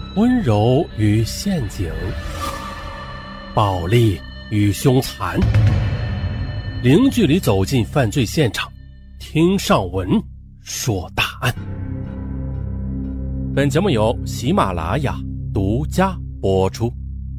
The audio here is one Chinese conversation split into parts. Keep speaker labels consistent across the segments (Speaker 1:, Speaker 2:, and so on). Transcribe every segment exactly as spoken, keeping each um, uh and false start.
Speaker 1: 温柔与陷阱，暴力与凶残，零距离走进犯罪现场，听上文说大案。本节目由喜马拉雅独家播出。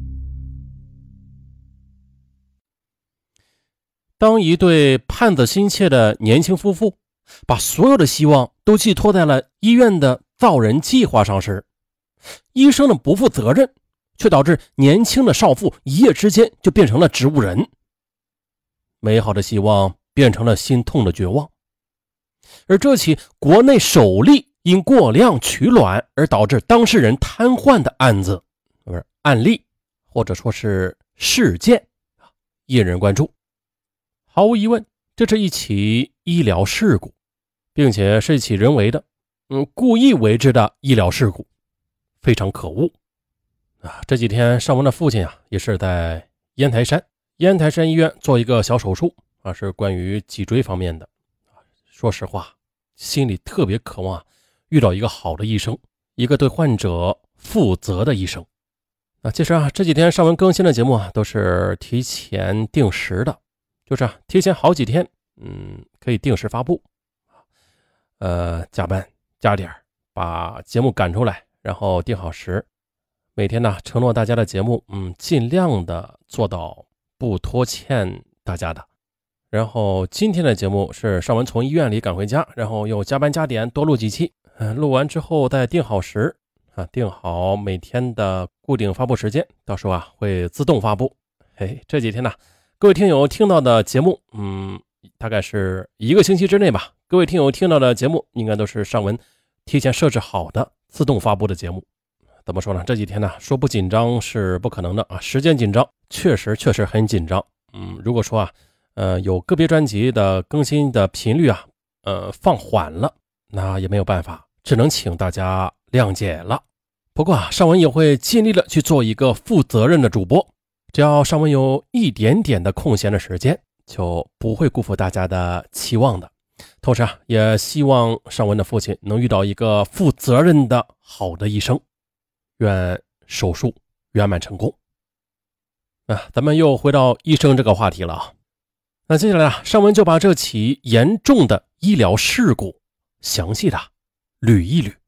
Speaker 1: 当一对盼子心切的年轻夫妇把所有的希望都寄托在了医院的造人计划上时，医生的不负责任却导致年轻的少妇一夜之间就变成了植物人。美好的希望变成了心痛的绝望。而这起国内首例因过量取卵而导致当事人瘫痪的案子，不是案例，或者说是事件，引人关注。毫无疑问，这是一起医疗事故，并且是一起人为的嗯，故意为之的医疗事故，非常可恶啊！这几天尚文的父亲啊，也是在烟台山烟台山医院做一个小手术啊，是关于脊椎方面的。说实话，心里特别渴望啊，遇到一个好的医生，一个对患者负责的医生。啊，其实啊，这几天尚文更新的节目啊，都是提前定时的，就是啊，提前好几天，嗯，可以定时发布。呃，加班加点把节目赶出来，然后定好时，每天呢承诺大家的节目，嗯，尽量的做到不拖欠大家的。然后今天的节目是尚文从医院里赶回家，然后又加班加点多录几期，嗯，录完之后再定好时啊，定好每天的固定发布时间，到时候啊会自动发布。嘿，这几天呢，各位听友听到的节目，嗯，大概是一个星期之内吧。各位听友听到的节目应该都是尚文提前设置好的自动发布的节目。怎么说呢？这几天呢，说不紧张是不可能的啊，时间紧张，确实确实很紧张。嗯，如果说啊，呃，有个别专辑的更新的频率啊，呃，放缓了，那也没有办法，只能请大家谅解了。不过啊，尚文也会尽力的去做一个负责任的主播，只要尚文有一点点的空闲的时间，就不会辜负大家的期望的。同时啊，也希望尚文的父亲能遇到一个负责任的好的医生，愿手术圆满成功。啊，咱们又回到医生这个话题了啊。那接下来啊，尚文就把这起严重的医疗事故详细的捋一捋。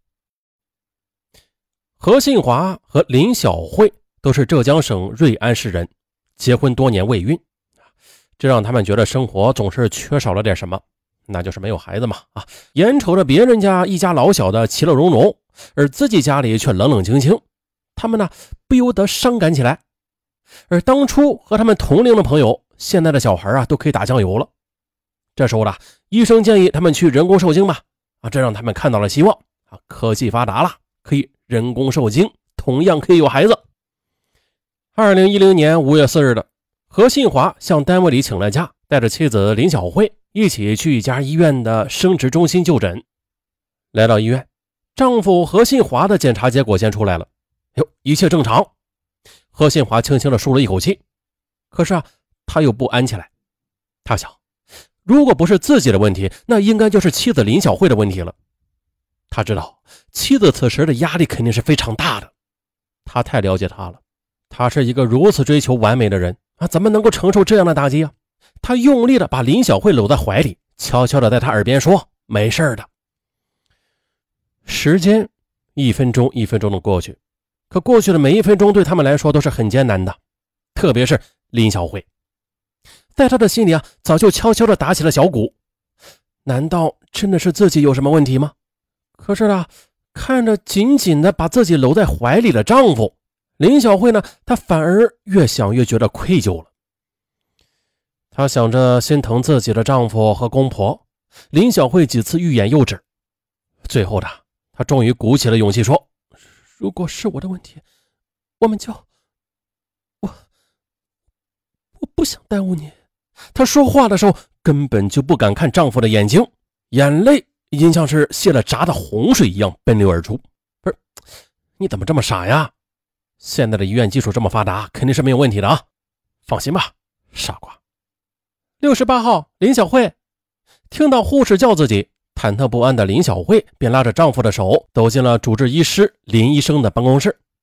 Speaker 1: 何信华和林小慧都是浙江省瑞安市人，结婚多年未孕，这让他们觉得生活总是缺少了点什么，那就是没有孩子嘛啊！眼瞅着别人家一家老小的其乐融融，而自己家里却冷冷清清，他们呢不由得伤感起来。而当初和他们同龄的朋友，现在的小孩啊都可以打酱油了。这时候呢，医生建议他们去人工受精吧，啊，这让他们看到了希望啊！科技发达了，可以人工受精，同样可以有孩子。二零一零年五月四日的，何信华向单位里请了假，带着妻子林小慧一起去一家医院的生殖中心就诊。来到医院，丈夫何信华的检查结果先出来了，哟，一切正常。何信华轻轻地舒了一口气，可是啊，他又不安起来。他想，如果不是自己的问题，那应该就是妻子林小慧的问题了。他知道妻子此时的压力肯定是非常大的，他太了解她了，他是一个如此追求完美的人啊，怎么能够承受这样的打击啊？他用力的把林小慧搂在怀里，悄悄的在她耳边说：“没事的。”时间一分钟一分钟的过去，可过去的每一分钟对他们来说都是很艰难的，特别是林小慧，在他的心里啊，早就悄悄的打起了小鼓。难道真的是自己有什么问题吗？可是啊，看着紧紧的把自己搂在怀里的丈夫，林小慧呢，她反而越想越觉得愧疚了。她想着心疼自己的丈夫和公婆，林小慧几次欲言又止，最后的她终于鼓起了勇气说：“如果是我的问题，我们就……我……我不想耽误你。”她说话的时候根本就不敢看丈夫的眼睛，眼泪已经像是泄了闸的洪水一样奔流而出。不是，你怎么这么傻呀？现在的医院技术这么发达，肯定是没有问题的啊！放心吧，傻瓜。六十八号林小慧听到护士叫自己，忐忑不安的林小慧便拉着丈夫的手走进了主治医师林医生的办公室，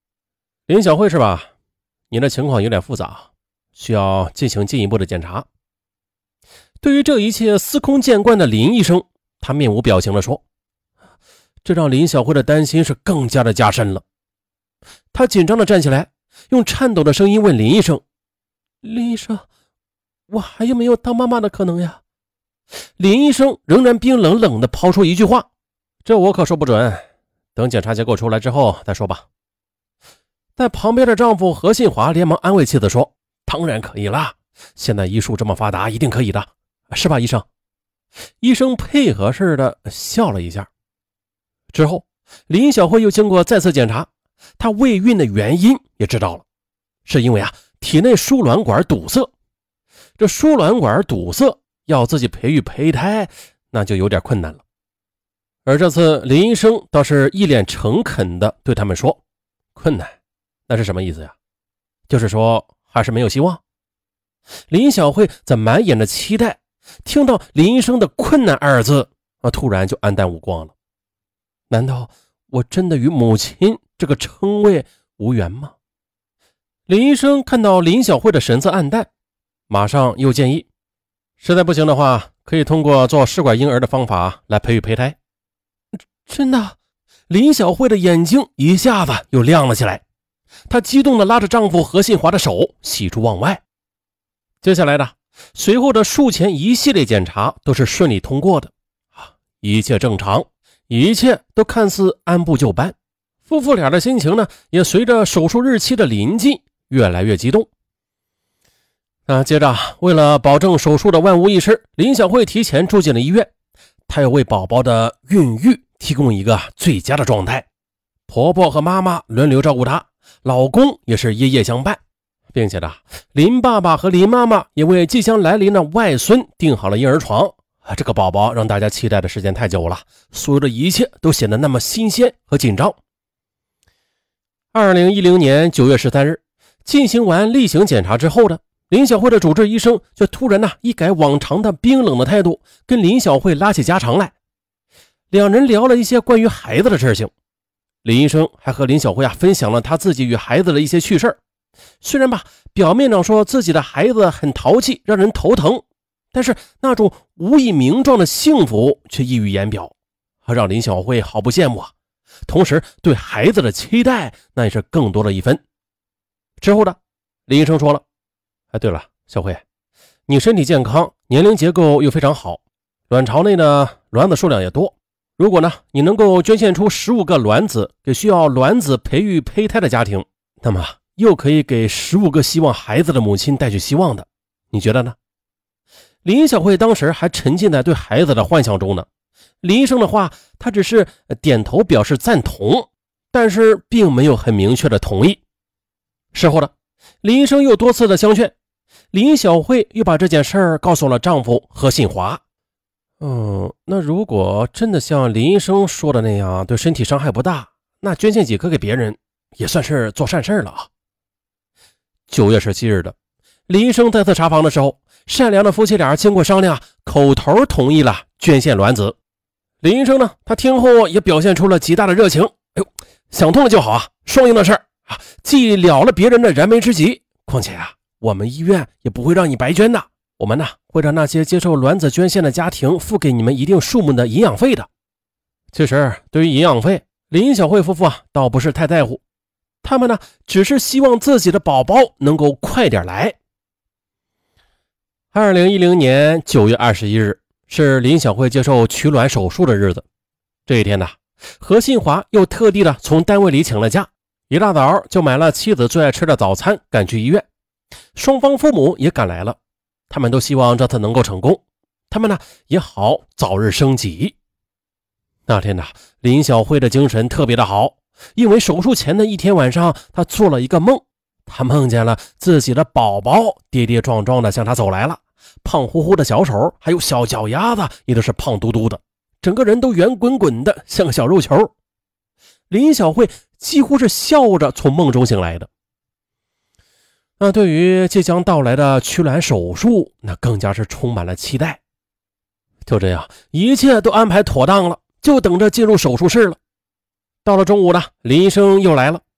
Speaker 1: 林小慧是吧？你的情况有点复杂，需要进行进一步的检查。对于这一切司空见惯的林医生，他面无表情地说。这让林小慧的担心是更加的加深了。他紧张地站起来，用颤抖的声音问林医生：林医生，我还有没有当妈妈的可能呀？林医生仍然冰冷冷地抛出一句话：这我可说不准，等检查结果出来之后再说吧。但旁边的丈夫何信华连忙安慰妻子说：当然可以啦，现在医术这么发达，一定可以的，是吧医生？医生配合似的笑了一下。之后林小慧又经过再次检查，她未孕的原因也知道了，是因为啊体内输卵管堵塞。这输卵管堵塞要自己培育胚胎，那就有点困难了。而这次林医生倒是一脸诚恳地对他们说：困难那是什么意思呀？就是说还是没有希望？林小慧则满眼的期待，听到林医生的困难二字啊，突然就黯淡无光了。难道我真的与母亲这个称谓无缘吗？林医生看到林小慧的神色黯淡，马上又建议，实在不行的话，可以通过做试管婴儿的方法来培育胚胎。真的？林小慧的眼睛一下子又亮了起来，她激动地拉着丈夫何信华的手，喜出望外。接下来的随后的术前一系列检查都是顺利通过的啊，一切正常，一切都看似按部就班。夫妇俩的心情呢，也随着手术日期的临近越来越激动。那接着，为了保证手术的万无一失，林小慧提前住进了医院，她要为宝宝的孕育提供一个最佳的状态。婆婆和妈妈轮流照顾她，老公也是夜夜相伴，并且呢，林爸爸和林妈妈也为即将来临的外孙订好了婴儿床。这个宝宝让大家期待的时间太久了，所有的一切都显得那么新鲜和紧张。二零一零年九月十三日，进行完例行检查之后的林小慧的主治医生却突然呢一改往常的冰冷的态度，跟林小慧拉起家常来。两人聊了一些关于孩子的事情，林医生还和林小慧啊分享了他自己与孩子的一些趣事。虽然吧表面上说自己的孩子很淘气，让人头疼，但是那种无以名状的幸福却溢于言表，让林小慧好不羡慕啊。同时对孩子的期待那也是更多了一分。之后的林医生说了：哎，对了，小慧，你身体健康，年龄结构又非常好，卵巢内呢卵子数量也多，如果呢你能够捐献出十五个卵子给需要卵子培育胚胎的家庭，那么又可以给十五个希望孩子的母亲带去希望的，你觉得呢？林小慧当时还沉浸在对孩子的幻想中呢，林医生的话他只是点头表示赞同，但是并没有很明确的同意。事后的林医生又多次的相劝，林小慧又把这件事儿告诉了丈夫何信华。嗯，那如果真的像林医生说的那样对身体伤害不大，那捐献几颗给别人也算是做善事了啊。九月十七日的林医生再次查房的时候，善良的夫妻俩经过商量，口头同意了捐献卵子。林医生呢，他听后也表现出了极大的热情。哎呦，想通了就好啊，双赢的事儿啊，既了了别人的燃眉之急，况且啊，我们医院也不会让你白捐的，我们呢会让那些接受卵子捐献的家庭付给你们一定数目的营养费的。其实对于营养费，林小慧夫妇啊倒不是太在乎，他们呢只是希望自己的宝宝能够快点来。二零一零年九月二十一日是林小慧接受取卵手术的日子。这一天呢，何信华又特地的从单位里请了假，一大早就买了妻子最爱吃的早餐赶去医院。双方父母也赶来了，他们都希望这次能够成功，他们呢也好早日升级。那天呢，林小慧的精神特别的好，因为手术前的一天晚上，她做了一个梦，她梦见了自己的宝宝跌跌撞撞的向她走来了，胖乎乎的小手还有小脚丫子也都是胖嘟嘟的，整个人都圆滚滚的像个小肉球。林小慧几乎是笑着从梦中醒来的。那对于即将到来的取卵手术，那更加是充满了期待。就这样，一切都安排妥当了，就等着进入手术室了。到了中午呢，林医生又来了，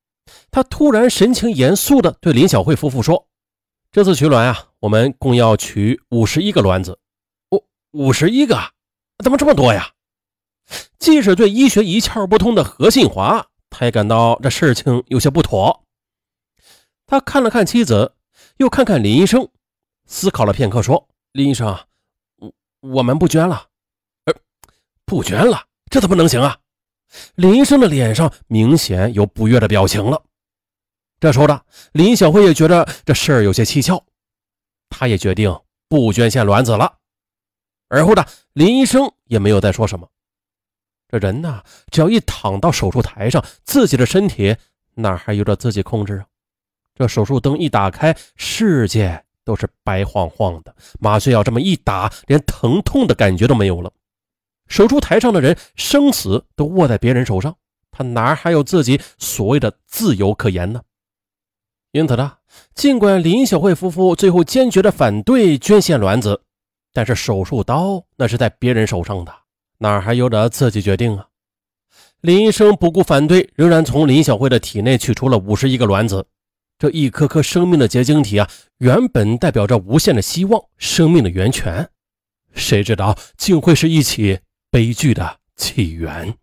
Speaker 1: 他突然神情严肃地对林小慧夫妇说：“这次取卵啊，我们共要取五十一个卵子。”“五五十一个？怎么这么多呀？”即使对医学一窍不通的何信华，他也感到这事情有些不妥。他看了看妻子，又看看林医生，思考了片刻说：“林医生，我我们不捐了。”“呃，不捐了？这怎么能行啊？”林医生的脸上明显有不悦的表情了。这时候的林小慧也觉得这事儿有些蹊跷，他也决定不捐献卵子了。而后的林医生也没有再说什么。这人呢，只要一躺到手术台上，自己的身体哪还有着自己控制啊？这手术灯一打开，世界都是白晃晃的，麻醉药这么一打，连疼痛的感觉都没有了。手术台上的人生死都握在别人手上，他哪还有自己所谓的自由可言呢？因此呢，尽管林小慧夫妇最后坚决的反对捐献卵子，但是手术刀那是在别人手上的，哪还有着自己决定啊？林医生不顾反对，仍然从林小慧的体内取出了五十一个卵子。这一颗颗生命的结晶体啊，原本代表着无限的希望，生命的源泉，谁知道竟会是一起悲剧的起源。